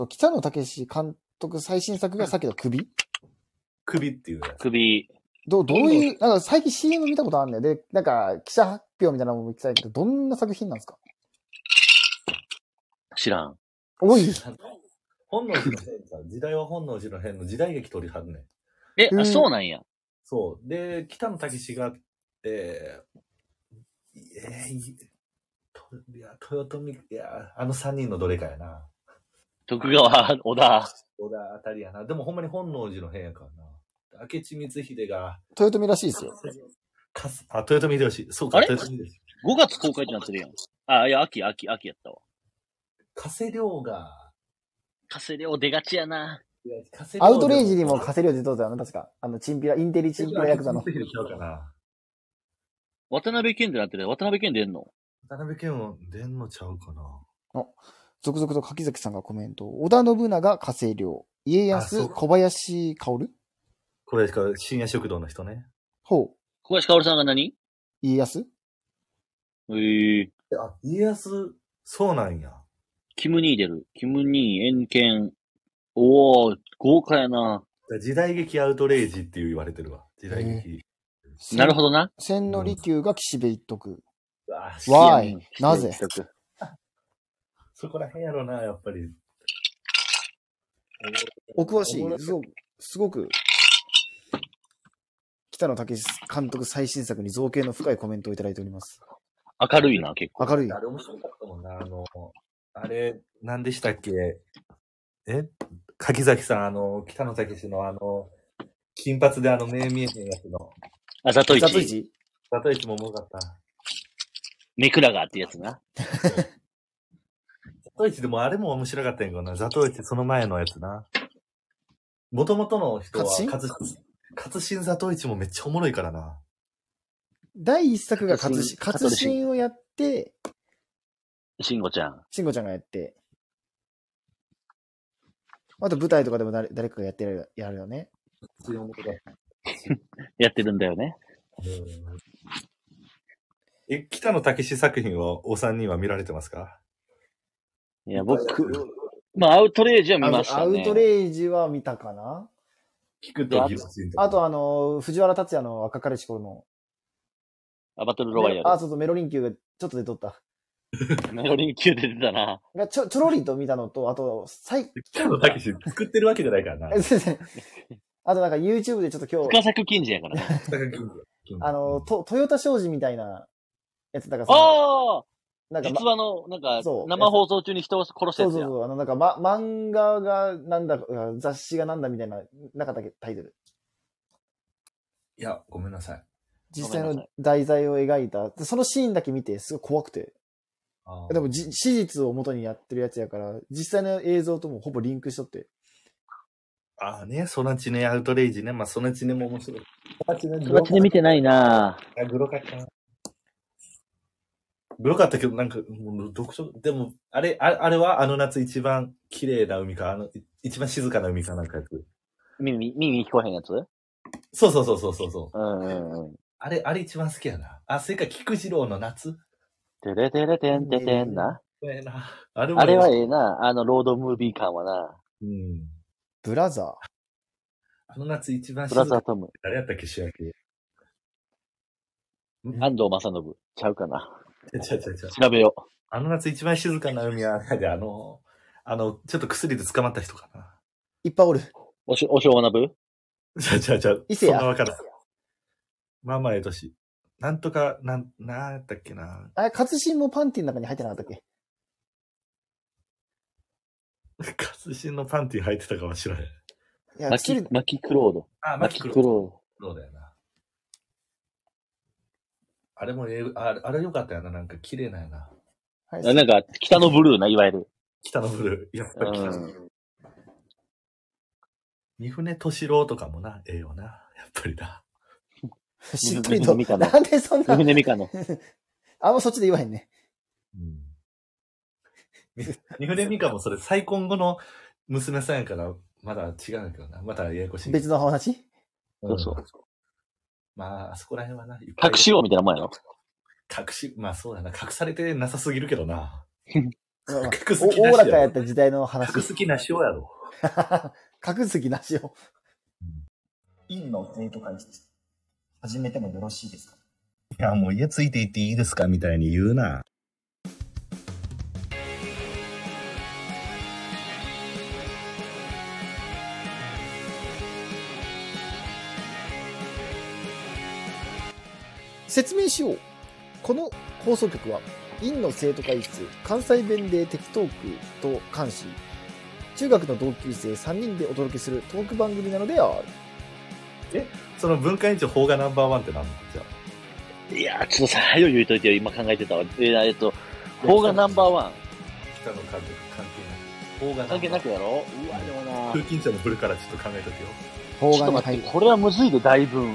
北野武監督最新作がさっきの首っていうやつ。 首。 どういう、なんか最近 CM 見たことあるんだよ。で、なんか記者発表みたいなのも言ってたけど、どんな作品なんですか？ 知らん。 おい。 本能寺の変さ、時代は本能寺の変の時代劇撮りはるね。 あ、そうなんや。 そう。で、北野武が、豊臣、あの3人のどれかやな。 徳川、織田あたりやな。でもほんまに本能寺の変やからな。明智光秀が。 豊臣らしいですよ。 豊臣秀吉。そうか、豊臣秀吉。 5月公開ってなってるやん。あ、いや、秋やったわ。 加瀬亮出がちやな。 アウトレイジにも加瀬亮出とったよな、確か。インテリチンピラヤクザの。 渡辺謙ってなってる。渡辺謙出んの？ 渡辺謙も出んのちゃうかな。 続々と柿崎さんがコメント。織田信長、加瀬亮。家康、小林薫？ これしか深夜食堂の人ね。 ほう。 小林薫さんが何？ 家康？ 家康、そうなんや。 キム兄出る。キム兄、エンケン。おー、豪華やな。 時代劇アウトレイジって言われてるわ。時代劇。 なるほどな。 千利休が岸辺一徳。 わーい。なぜ？ そこら辺やろな、やっぱり。 お詳しい。すごく、北野武監督最新作に造形の深いコメントをいただいております。 明るいな、結構。 明るい。 あれ面白かったもんな。あれ、何でしたっけ？柿崎さん、北野武の金髪で目見えへんやつの。 あ、ザトイチ。 ザトイチもおもろかった。 メクラガーってやつな。 ザトイチでもあれも面白かったんやけどな。ザトイチその前のやつな。元々の人は、勝新ザトイチもめっちゃおもろいからな。 第一作が勝新をやって、 慎吾ちゃんがやって、あと舞台とかでも誰かがやるよね。 やってるんだよね。 北野武作品はお三人は見られてますか？ いや、僕、アウトレイジは見ましたね。 アウトレイジは見たかな？ 聞くとあと藤原竜也の若かりし頃の。 バトルロワイヤル。 そう、メロリン級がちょっと出とった。 メロリン級で出たな。 ちょろりと見たのと、あと、 北野武作ってるわけじゃないからな。 あとなんか YouTube でちょっと今日。 深作金次やからね。 トヨタ商事みたいなやつだからさ。 なんか実話の、なんか、生放送中に人を殺したやつや。 そう。なんか漫画がなんだ、雑誌がなんだみたいな、なかったっけ、タイトル。 いや、ごめんなさい。 実際の題材を描いた。そのシーンだけ見て、すごい怖くて。でも、史実を元にやってるやつやから、実際の映像ともほぼリンクしとって。 ソナチネアウトレイジね。ソナチネも面白い。 ソナチネ見てないなぁ。グロかったな。グロかったけど、なんか、もう読書、でも、あれはあの夏一番綺麗な海か、一番静かな海かなんかやつ。 耳聞こえへんやつ？ そう。あれ一番好きやな。それか、菊次郎の夏。 てれてれてんててんな。あれはええな。ロードムービー感はな。 ブラザー。 あの夏一番ブラザートム。 誰やったっけ、主役。 安藤正信。ちゃうかな。 調べよう。あの夏一番静かな海は、で、ちょっと薬で捕まった人かな。 いっぱいおる。 おしょう学ぶ？ 伊勢や。 そんなわからん。まあまあ、年。なんとか、なんやったっけな。 勝新もパンティの中に入ってなかったっけ？ 勝新のパンティ入ってたかは知らへん。 マキクロード。 マキクロード。そうだよな。あれもあれよかったよな。なんか綺麗なよな。 なんか、北のブルーな、いわゆる。 北のブルー。やっぱり北のブルー。三船敏郎とかもな、ええよな。やっぱりな。 しっかりと。なんでそんな。 三船美香の。 あんまそっちで言わへんね。 三船美香もそれ再婚後の娘さんやから、まだ違うんだけどな。またややこしい。 別の話？ そうそう。 まあ、あそこら辺はな。 隠しようみたいなもんやろ。 まあそうだな。隠されてなさすぎるけどな。 隠す気おおらなしやろ。 かやった時代の話。 隠す気なしよやろ。 隠す気なしよ。 陰の生徒会室、始めてもよろしいですか？ いや、もう家ついていっていいですかみたいに言うな。 説明しよう。この放送局は、陰の生徒会室、関西弁でテキトークと監視、中学の同級生3人でお届けするトーク番組なのである。 その文化委員長法がナンバーワンって何じゃあ。 いやー、ちょっとさ、早よ言うといてよ、今考えてたわ。法がナンバーワン。 北の監督関係ない。法が関係なくやろ。うわ、でもな。 風紀委員長の振るからちょっと考えとけよ。 法がちょっと待って、これはむずいで、だいぶ。い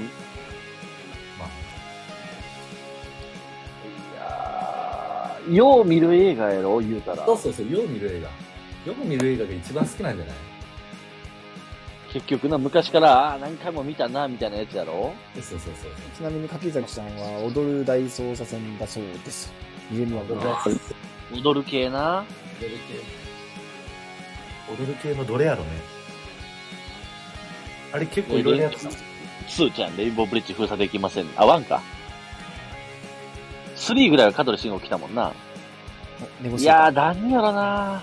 やー、よう見る映画やろ、言うたら。 そうそうそう、よう見る映画。よく見る映画が一番好きなんじゃない？ 結局な、昔から、何回も見たな、みたいなやつやろ。 そうそうそう。 ちなみに柿崎さんは踊る大捜査線だそうです。家には踊る系な。 踊る系のどれやろね。あれ結構いろいろやってた。 2ちゃん、レインボーブリッジ封鎖できません。あ、1か。3ぐらいは香取慎吾来たもんな。いやー、何やろな。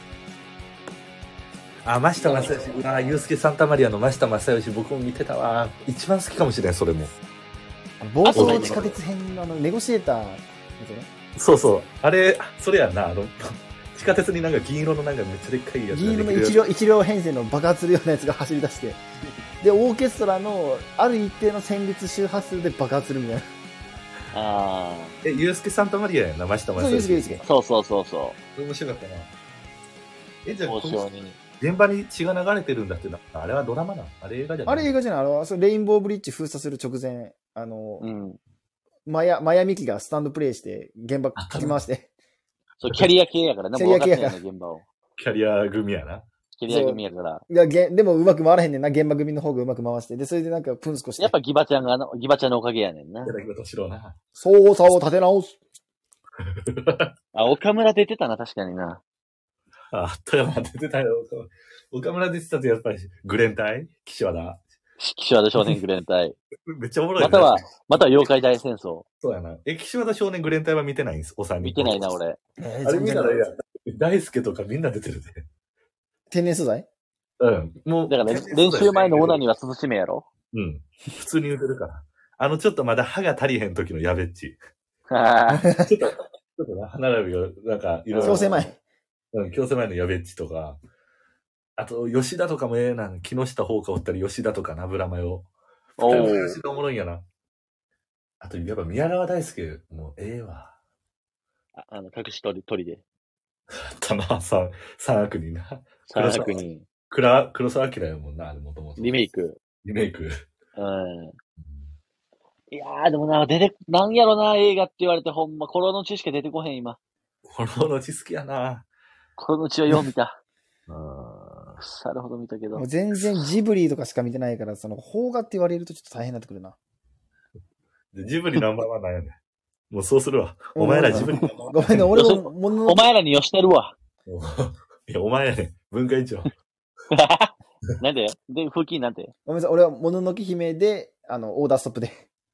あ、真下正義。あ、ユースケサンタマリアの真下正義、僕も見てたわ。一番好きかもしれん、それも。 暴走地下鉄編のネゴシエーターですね。 そうそう。あれ、それやんな。地下鉄になんか銀色のなんかめっちゃでっかいやつが銀できる。 色の一両編成の爆発するようなやつが走り出して、で、オーケストラのある一定の旋律周波数で爆発するみたいな。 あユースケサンタマリアやんな、真下正義。 そうそうそうそう。 面白かったな。じゃあ、 交渉に。 現場に血が流れてるんだってな。あれはドラマなの？あれ映画じゃない？ あれ映画じゃない。レインボーブリッジ封鎖する直前、マヤミキがスタンドプレイして、現場かき回して。 そう、キャリア系やからな、 キャリア系やからもう分かってんね現場を。 キャリア組やな。 キャリア組やから。 いや、でもうまく回らへんねんな、現場組の方がうまく回して。で、それでなんかプンスコして。 やっぱギバちゃんのおかげやねんな。 柳葉敏郎な。 操作を立て直す。 あ、岡村出てたな、確かにな。 あったよな、出てたよ。岡村出てたとやっぱり、グレン隊岸和田。 岸和田少年グレン隊。 めっちゃおもろいな。 または妖怪大戦争。 そうやな。岸和田少年グレン隊は見てないんです、おさんに。 見てないな、俺。 あれ見たらいいやん。大輔とかみんな出てるで。 天然素材？ うん。もう。 だからね、練習前のオナニーは涼しめやろ？ うん。普通に言うてるから。ちょっとまだ歯が足りへん時のやべっち。ちょっとな、歯並びが、なんか、いろいろ。 強制前。 うん、強制前のやべっちとか。あと、吉田とかも木下ほうかおったり、吉田とかな、ブラマヨ。吉田おもろいんやな。あと、やっぱ宮川大輔もええわ。 隠し取りで。 あったな、三悪人な。 三悪人。 黒澤明やもんな、あれもともと。 リメイク。 うん。 いやー、でもな、なんやろな、映画って言われてほんま、コロの血しか出てこへん、今。 コロの血好きやな。 コロの血はよう見た。腐るほど見たけど。 もう全然ジブリとかしか見てないから、邦画って言われるとちょっと大変になってくるな。 ジブリナンバーワンなんやねん。もうそうするわ。お前らジブリナンバーワン。 ごめんね、俺もお前らに寄してるわ。 いや、お前やねん。文化委員長。 なんで風紀なんてごめんなさい、俺はもののけ姫で、オーダーストップで。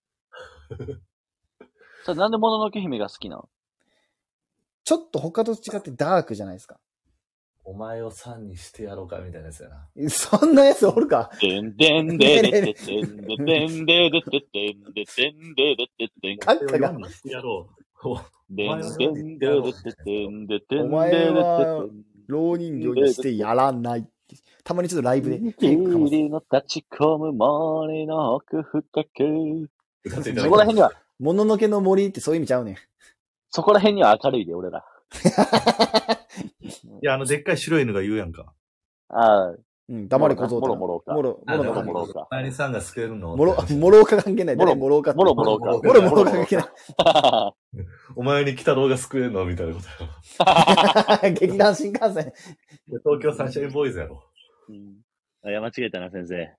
それなんでもののけ姫が好きなの？ ちょっと他と違ってダークじゃないですか。 お前を3にしてやろうかみたいなやつやな。 そんなやつおるか？ でんでんででででんででんででででんでででででん。 カッカが。 してやろう。 でんでんでででんででん。 お前は、老人形にしてやらない。たまにちょっとライブで。 霧の立ち込む森の奥深く。 そこら辺には、 もののけの森ってそういう意味ちゃうねん。 そこら辺には明るいで、俺ら。 いや、でっかい白い犬が言うやんか。 ああ。 うん、黙れ小僧もろもろか。 もろもろか。 マリさんが救えるのもろか関係ない。もろか。 もろか。 もろか関係ない。 お前に来たろうが救えるのみたいなことやろ。劇団新幹線。 東京サンシャインボーイズやろ。 いや、間違えたな、先生。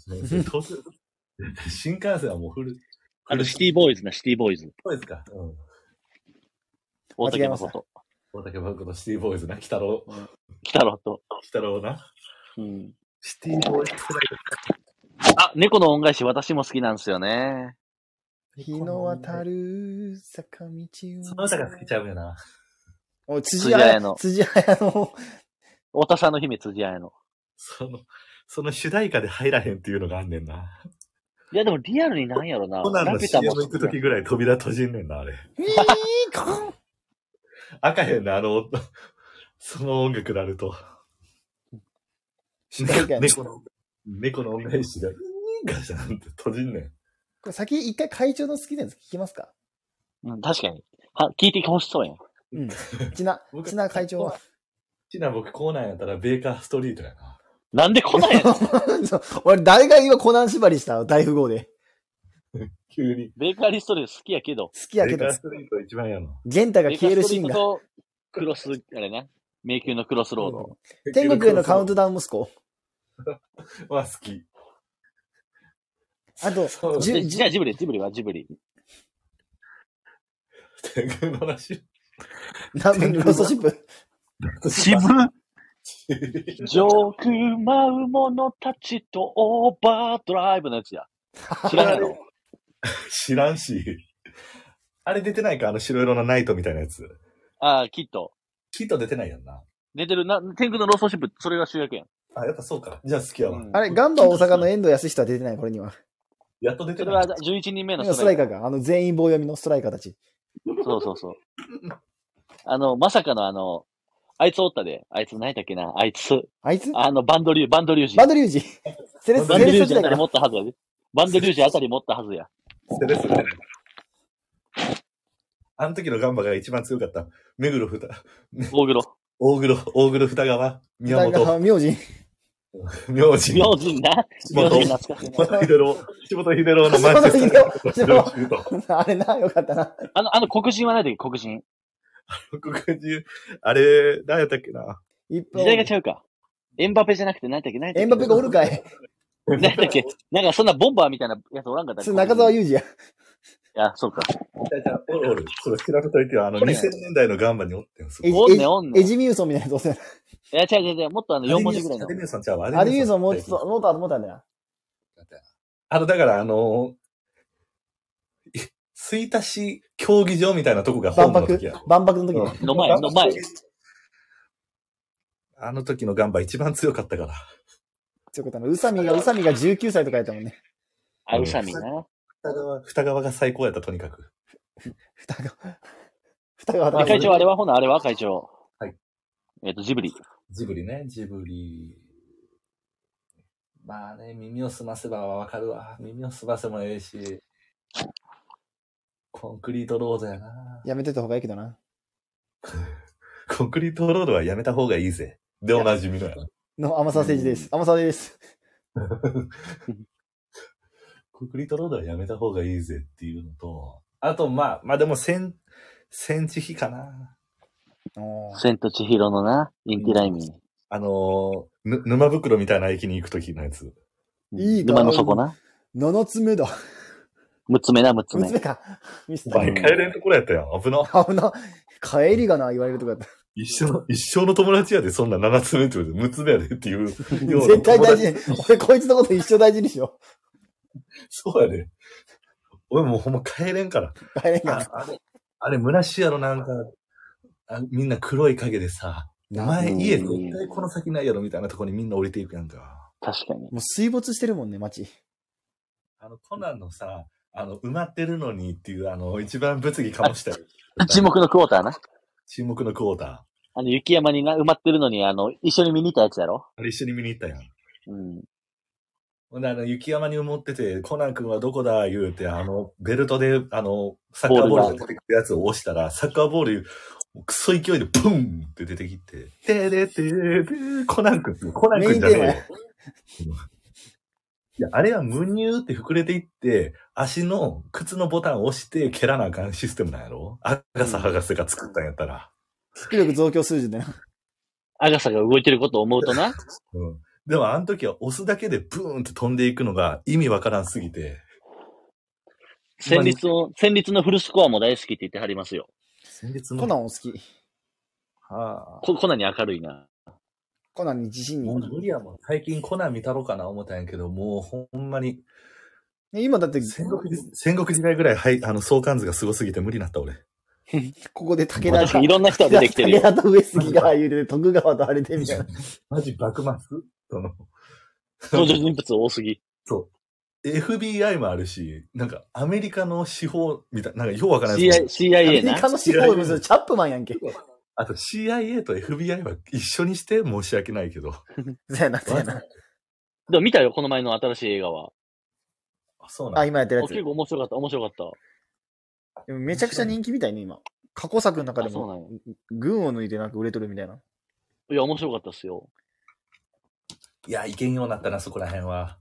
新幹線はもうシティボーイズな、シティボーイズ。 そうですか。 大竹誠。 大竹誠とシティボーイズな、北郎。 北郎と。 北郎な。 うん。 シティボーイズ。 あ、猫の恩返し私も好きなんですよね。 日の渡る坂道を。 その歌が好きちゃうよな。 お、辻彩の。 太田さんの姫辻彩の。 その主題歌で入らへんっていうのがあんねんな。 いやでもリアルになんやろな。 コナンの CM 行くときぐらい扉閉じんねんな、あれ。開かへんな、その音楽なると。猫の恩返しが、ガシャンって閉じんねん。 これ先一回会長の好きなやつ聞きますか？ うん、確かに。聞いてほしそうやん。 うん。ちな会長は。 僕コナンやったらベーカーストリートやな。 なんでコナンや俺誰が今コナン縛りした大富豪で。 急に。 ベーカリーストリート好きやけど。 ベーカーストリート一番やの。 玄太が消えるシーンが。 クロス、あれね。迷宮のクロスロード。 天国へのカウントダウン息子。 は好き。 あと、 じゃあジブリ。 天空の話。 南部ロストシップ。 渋上空舞う者たちとオーバードライブのやつや。知らないの？ 知らんし。あれ出てないか、白色のナイトみたいなやつ。 ああ、きっと出てないやんな。 出てるな、天空のロストシップ、それが主役やん。 あ、やっぱそうか。じゃあ好きやわ。 あれ、ガンバ大阪の遠藤康人は出てない、これには。 やっと出てない。 それは11人目のストライカーが、全員棒読みのストライカーたち。 そう。まさかのあいつおったで。あいつ何やったっけな、あいつバンドリュージ。 バンドリュージ。 セレッソ時代から持ったはずやで。バンドリュージあたり持ったはずや。 セレッソね。あの時のガンバが一番強かった。目黒ふた。大黒二川。宮本。 明神。 名人な。名人懐かしいね。 下本秀郎のマンチェスター。 あれな、よかったな。 黒人は何だっけ、黒人。 あれ、何やったっけな。 時代がちゃうか。エンバペじゃなくて何やったっけ、 エンバペがおるかい。 何やったっけ、なんかそんなボンバーみたいなやつおらんかったっけ。 中澤裕二や。 いや、そうか。 おる。それ調べといてよ。2000年代のガンバにおってんすおんね。 エジミューソンみたいなやつおせん。 いや、違う。もっと4文字ぐらいの。 アデミューソンちゃうわ。 アデミューソンもっとあんだよ。 だから吹田市競技場みたいなとこがホームの時や。 万博の時ね。 の前。 あの時のガンバ一番強かったから。 強かったな。宇佐美が19歳とかやったもんね。 あ、宇佐美な。 二川が最高やった、とにかく。 二川会長、あれは会長。 はい。 ジブリ。 ジブリ。まあね、耳をすませばわかるわ。耳をすませもええし。コンクリートロードやな。 やめてた方がいいけどな。 コンクリートロードはやめた方がいいぜ。でおなじみのやな。 の甘さ政治です。甘さです。 コンクリートロードはやめた方がいいぜっていうのと、あと、まあでも、千地比かな。 千と千尋のな、インティライミー。 沼袋みたいな駅に行くときのやつ。 いいか。 沼の底な。 7つ目だ。 6つ目な、6つ目。 6つ目か。ミスター。帰れんところやったやん。危な。 帰りがな、言われるとこやった。 一生の友達やで、そんな7つ目って言う6つ目やでっていう。 絶対大事に。俺こいつのこと一生大事にしよう。そうやで。俺もうほんま帰れんから。 帰れんから。 あれ、虚しいやろ、なんか、みんな黒い影でさ、お前家絶対この先ないやろみたいなところにみんな降りていくやんか。 確かに。 もう水没してるもんね、街。 コナンのさ、埋まってるのにっていう、一番物議かもしたよ。 沈黙のクォーターな。 沈黙のクォーター。雪山に埋まってるのに、一緒に見に行ったやつやろ？ あれ一緒に見に行ったやん。 うん。 ほんで、雪山に埋もってて、コナン君はどこだ言うて、ベルトで、サッカーボールが出てくるやつを押したら、サッカーボール、クソ勢いでプンって出てきて、コナン君じゃねえよ。いや、あれはムニューって膨れていって、足の靴のボタンを押して蹴らなあかんシステムなんやろ？アガサ博士が作ったんやったら。 出力増強数字でな。 アガサが動いてることを思うとな。 うん。でもあの時は押すだけでブーンって飛んでいくのが意味わからんすぎて。 戦慄のフルスコアも大好きって言ってはりますよ。 戦慄のコナンを好き。 はあ。 コナンに明るいな。 コナンに自信に。 もう無理やもん。最近コナン見たろかな思ったんやけど、もうほんまに。 今だって、 戦国時代ぐらい、はい、相関図がすごすぎて無理になった俺。 ここで武田確かにいろんな人が出てきてるよ。 武田と上杉が言うて、徳川とあれでみたいな。 マジ幕末登場人物多すぎ。 そう。FBI もあるし、なんかアメリカの司法みたいな、なんかようわからない。 ア CIA メリカの司法部チャップマンやんけ。 あと CIA と FBI は一緒にして申し訳ないけど。 そうやな、そうやな。 でも見たよ、この前の新しい映画は。 あ、そうなんだ。 今やってるやつ。 結構面白かった、面白かった。 でもめちゃくちゃ人気みたいね、今。過去作の中でも、群を抜いてなんか売れとるみたいな。 いや、面白かったっすよ。 いや、いけんようになったな、そこら辺は。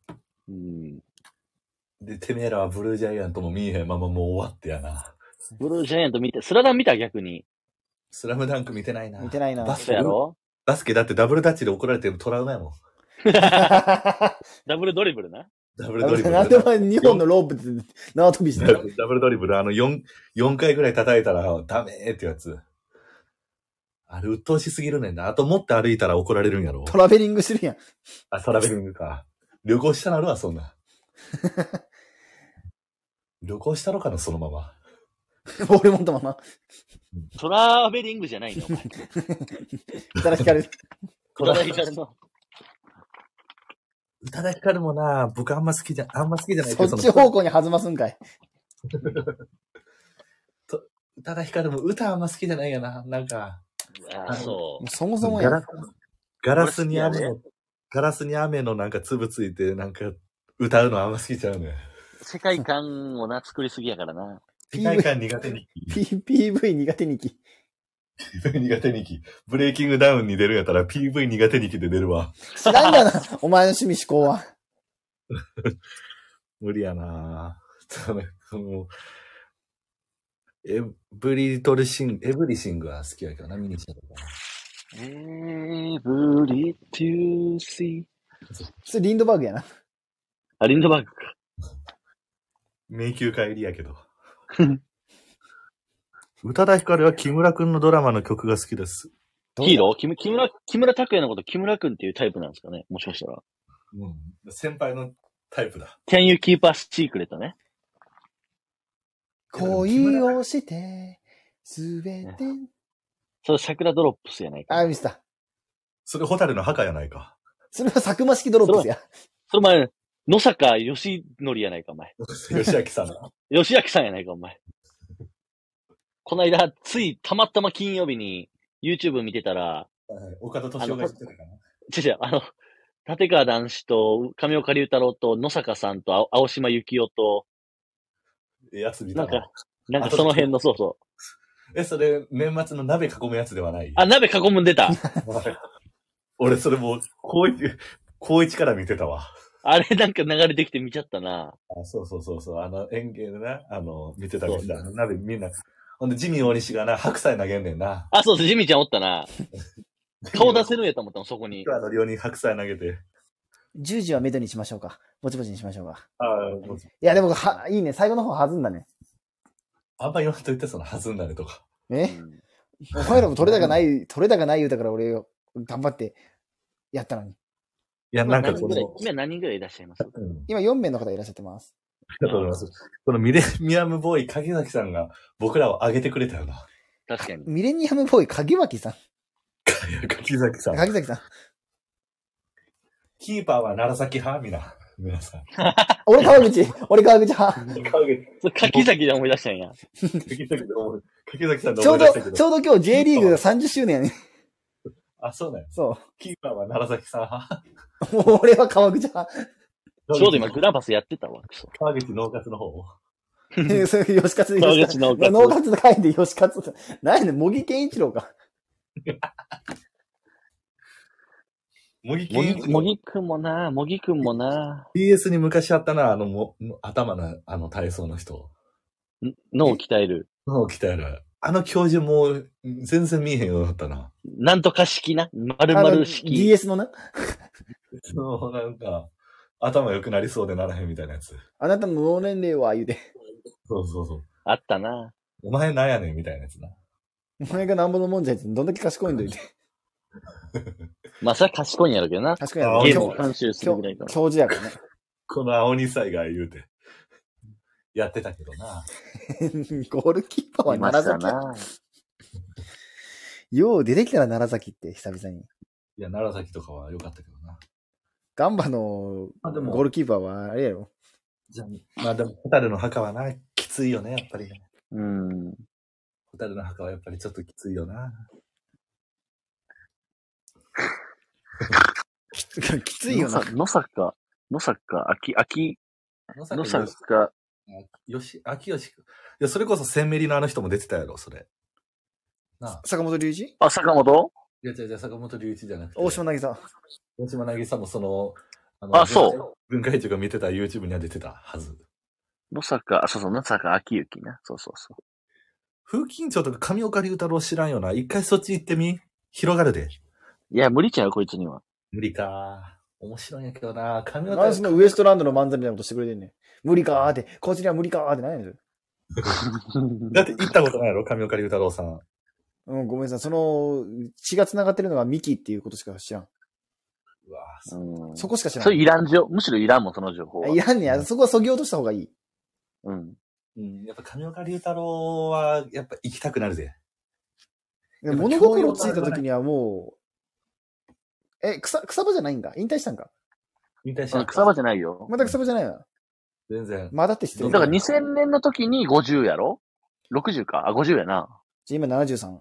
で、てめえらはブルージャイアントも見えへんままもう終わってやな。 ブルージャイアント見て、スラダン見た逆に。 スラムダンク見てないな。 見てないな。 バスケやろ？ バスケだってダブルタッチで怒られてるトラウマやもん。 ダブルドリブルな。 ダブルドリブル。 なんで2本のロープで縄跳びしてるダブルドリブル、4回ぐらい叩いたらダメーってやつ。あれ、鬱陶しすぎるねんな。あと、もっと歩いたら怒られるんやろ。 トラベリングするやん。 あ、トラベリングか。旅行したなるわ、そんな。旅行したのかな、そのまま。 俺もとまま。 トラベリングじゃないの。 宇多田ヒカル。 宇多田ヒカルの。 宇多田ヒカルもな、僕あんま好きじゃないけど。 そっち方向に弾ますんかい。 宇多田ヒカルも歌あんま好きじゃないよな、なんか。 そう。 そもそもや。 ガラスに雨のなんか粒ついて、なんか歌うのあんま好きちゃうね。 世界観をな、作りすぎやからな。 世界観苦手日記。 PV 苦手日記。 PV 苦手日記。ブレイキングダウンに出るんやったら PV 苦手日記で出るわ。 知らんがな、お前の趣味思考は。 無理やなエブリシングは好きやけどな、見に来たとかな。 エブリトゥーシー。 それリンドバーグやな。 あ、リンドバーグか。 迷宮帰りやけど。宇多田ヒカルは木村くんのドラマの曲が好きです。 ヒーロー木村拓哉のこと木村くんっていうタイプなんですかね、もしかしたら。 うん。先輩のタイプだ。 Can you keep a secret ね。 恋をして、すべて。 それ桜ドロップスやないか。 ミスった。 それホタルの墓やないか。 それは佐久間式ドロップスや。 それ前、野坂義則やないか、お前。 吉明さんだ。 吉明さんやないか、お前。この間、ついたまたま金曜日に YouTube 見てたら、 岡田敏夫が言ってたかな。 立川談志と上岡龍太郎と野坂さんと青島幸男と、 やつ見たなんかその辺の、そうそう。 それ、年末の鍋囲むやつではない？ あ、鍋囲むん出た。 俺、それもう、高一から見てたわ。 あれなんか流れてきて見ちゃったな。 そう。演芸でな、見てた。鍋みんな。ほんで、ジミー大西がな、白菜投げんねんな。 あ、そうそう、ジミーちゃんおったな。顔出せるんやと思ったの、そこに。 寮に白菜投げて。 10時はメドにしましょうか。ぼちぼちにしましょうか。 いや、でも、いいね。最後の方弾んだね。 あんま言わんと言って、その弾んだねとか。 お前らも取れ高ない言うたから俺を頑張ってやったのに。 いや、なんか今何人ぐらいいらっしゃいます？ 今4名の方いらっしゃってます。 ありがとうございます。このミレニアムボーイ、影崎さんが僕らを上げてくれたよな。 確かに。 ミレニアムボーイ、影脇さん。 影崎さん。 影崎さん。 キーパーは楢崎派皆さん。 俺川口派。 柿崎で思い出したんや。 柿崎さんでちょう思い出したけど。 ど今日 J リーグ30周年やね。 あ、そうだよ。 そう。 キーパーは楢崎さん派。 俺は川口派。 ちょうど今グランパスやってたわ。 川口農活の方。 そういう吉勝川口農活。 農活の会で吉勝。何やねん、茂木健一郎か。 茂木くんもな。 BS に昔あったな、頭の体操の人。 脳を鍛える。 教授も全然見えへんようになったな。 なんとか式な。丸々式。 DS のな。 なんか、頭良くなりそうでならへんみたいなやつ。 あなたの脳年齢は言うて。 そう。 あったな。 お前なんやねんみたいなやつな。 お前がなんぼのもんじゃいってどんだけ賢いんだよって。 まあ、それは賢いんやろうけどな。 賢いやろ。 ゲー教ム監修するぐらいから。 教授やからね。 この青二歳が言うて。やってたけどな。 ゴールキーパーはいました奈良崎や。 な。 よう出てきたら奈良崎って久々に。 いや、奈良崎とかは良かったけどな。 ガンバのあ、でゴールキーパーはあれやろ。 じゃあまあでも、ホタルの墓はな、きついよね、やっぱりね。 うん。 ホタルの墓はやっぱりちょっときついよな。 きついよな。 野坂、秋、野坂、 秋吉くん。いや、それこそ千メリのあの人も出てたやろ、それ。なあ。 坂本龍一あ、坂本いや、違う、坂本龍一じゃなくて。 大島渚。 大島渚もその、 あそう文化庁が見てた YouTube には出てたはず。 野坂秋行な。そう。 風紀委員長とか上岡龍太郎知らんよな。一回そっち行ってみ。広がるで。 いや、無理ちゃう、こいつには。 無理か。面白いんやけどな。上岡なんでそのウエストランドの漫才みたいなことしてくれてんねん。無理かーって、こっちには無理かーって何やねん。 だって行ったことないやろ、上岡龍太郎さん。 うん、ごめんなさい。その、血が繋がってるのがミキっていうことしか知らん。 うわそこしか知らん。 それいらんむしろいらんもん、その情報は。 いらんねや。そこはそぎ落とした方がいい。 うん。 やっぱ上岡龍太郎は、やっぱ行きたくなるぜ。 物心ついた時にはもう、草場じゃないんか引退したんか引退した草場じゃないよ。 まだ草場じゃないわ。 全然。 まだって知ってる。 だから2000年の時に50やろ ?60 か。あ、50やな。 今73。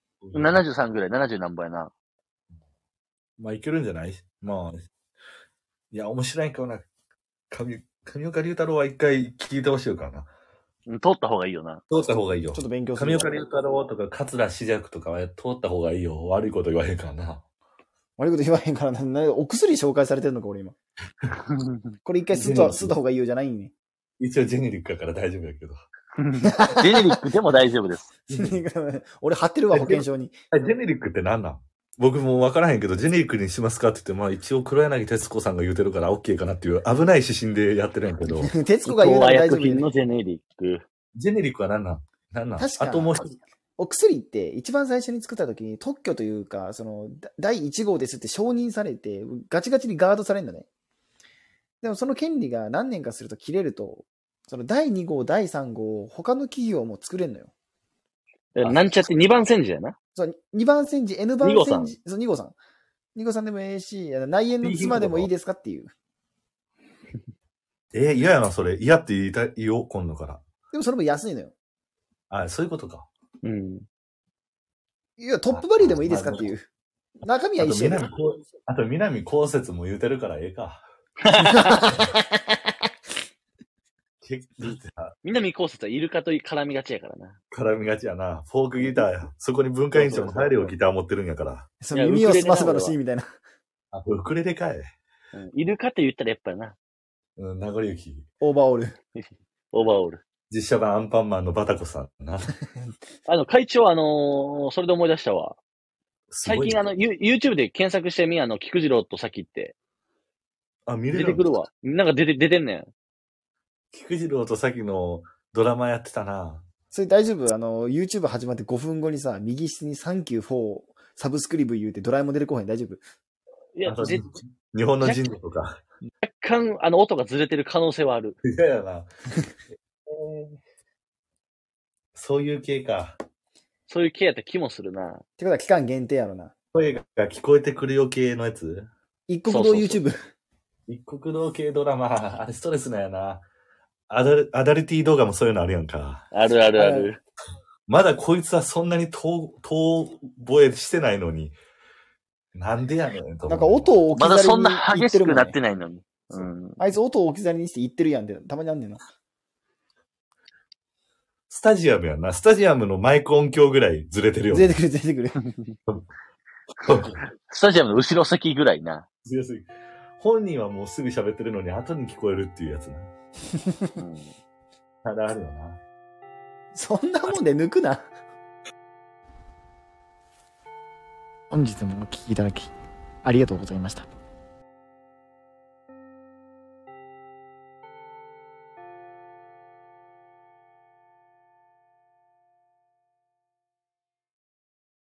73ぐらい、70何ぼやな。 まあ、いけるんじゃないまあ。いや、面白いかな。上岡龍太郎は一回聞いてほしいからな。 通った方がいいよな。 通った方がいいよ。 ちょっと勉強する。 上岡龍太郎とか桂志尺とかは通った方がいいよ。悪いこと言わへんからな。 悪いこと言わへんからな。お薬紹介されてるのか、俺今。これ一回吸った方がいいよじゃないんね。 一応ジェネリックだから大丈夫やけど。 ジェネリックでも大丈夫です。 俺貼ってるわ、保険証に。 ジェネリックって何なん僕も分からへんけど、ジェネリックにしますかって言って、まあ一応黒柳徹子さんが言うてるから OK かなっていう危ない指針でやってるんやけど。 徹子が言うなら大丈夫。 薬品のジェネリック。 ジェネリックは何なん確かあともう一つ。 お薬って一番最初に作った時に特許というか、その、第1号ですって承認されて、ガチガチにガードされるんだね。でもその権利が何年かすると切れると、その第2号、第3号、他の企業も作れるのよ。 なんちゃって2番煎じやな。 そう、2番煎じ、N 番煎じ、そう、2号さん。2号さんでもええし、内縁の妻でもいいですかっていう。 嫌やな、それ。嫌って言いよ、今度から。 でもそれも安いのよ。 あ、そういうことか。 うん。 いや、トップバリューでもいいですかっていう。中身は一緒や。 あと、南こうせつも言うてるからええか。 南こうせつはイルカと絡みがちやからな。 絡みがちやな。フォークギターや。そこに文化委員長も入れよギター持ってるんやから。 その耳をすませばのシーンみたいな。 あ、ウクレレかい。 イルカって言ったらやっぱりな。 名残雪。 オーバーオール。 オーバーオール。 実写版アンパンマンのバタコさんな。 会長、それで思い出したわ。最近YouTube で検索してみ、菊次郎とさきって。 あ、見れる出てくるわ。なんか出てんねん。 菊次郎とさきのドラマやってたな。 それ大丈夫YouTube 始まって5分後にさ、右下にサンキュー4サブスクリブ言うてドラえもん出てこへん大丈夫？ いや、 日本の人類とか。 若干、音がずれてる可能性はある。 嫌やな。そういう系か。 そういう系やった気もするな。 ってことは期間限定やろな。 声が聞こえてくるよ系のやつ？ 一国道 YouTube。 一国道系ドラマ、あれストレスなんやな。アダルティ動画もそういうのあるやんか。 あるあるある。 まだこいつはそんなに遠吠えしてないのに。なんでやねんと。 なんか音を置き去りにまだそんな激しくなってないのに。 うん。あいつ音を置き去りにして言ってるやんって、たまにあんねんな。 スタジアムやんな。スタジアムのマイク音響ぐらいずれてるよ、 ね。ずれてくる。 スタジアムの後ろ先ぐらいな。 本人はもうすぐ喋ってるのに後に聞こえるっていうやつな。ただあるよな。 そんなもんで抜くな。本日もお聞きいただきありがとうございました。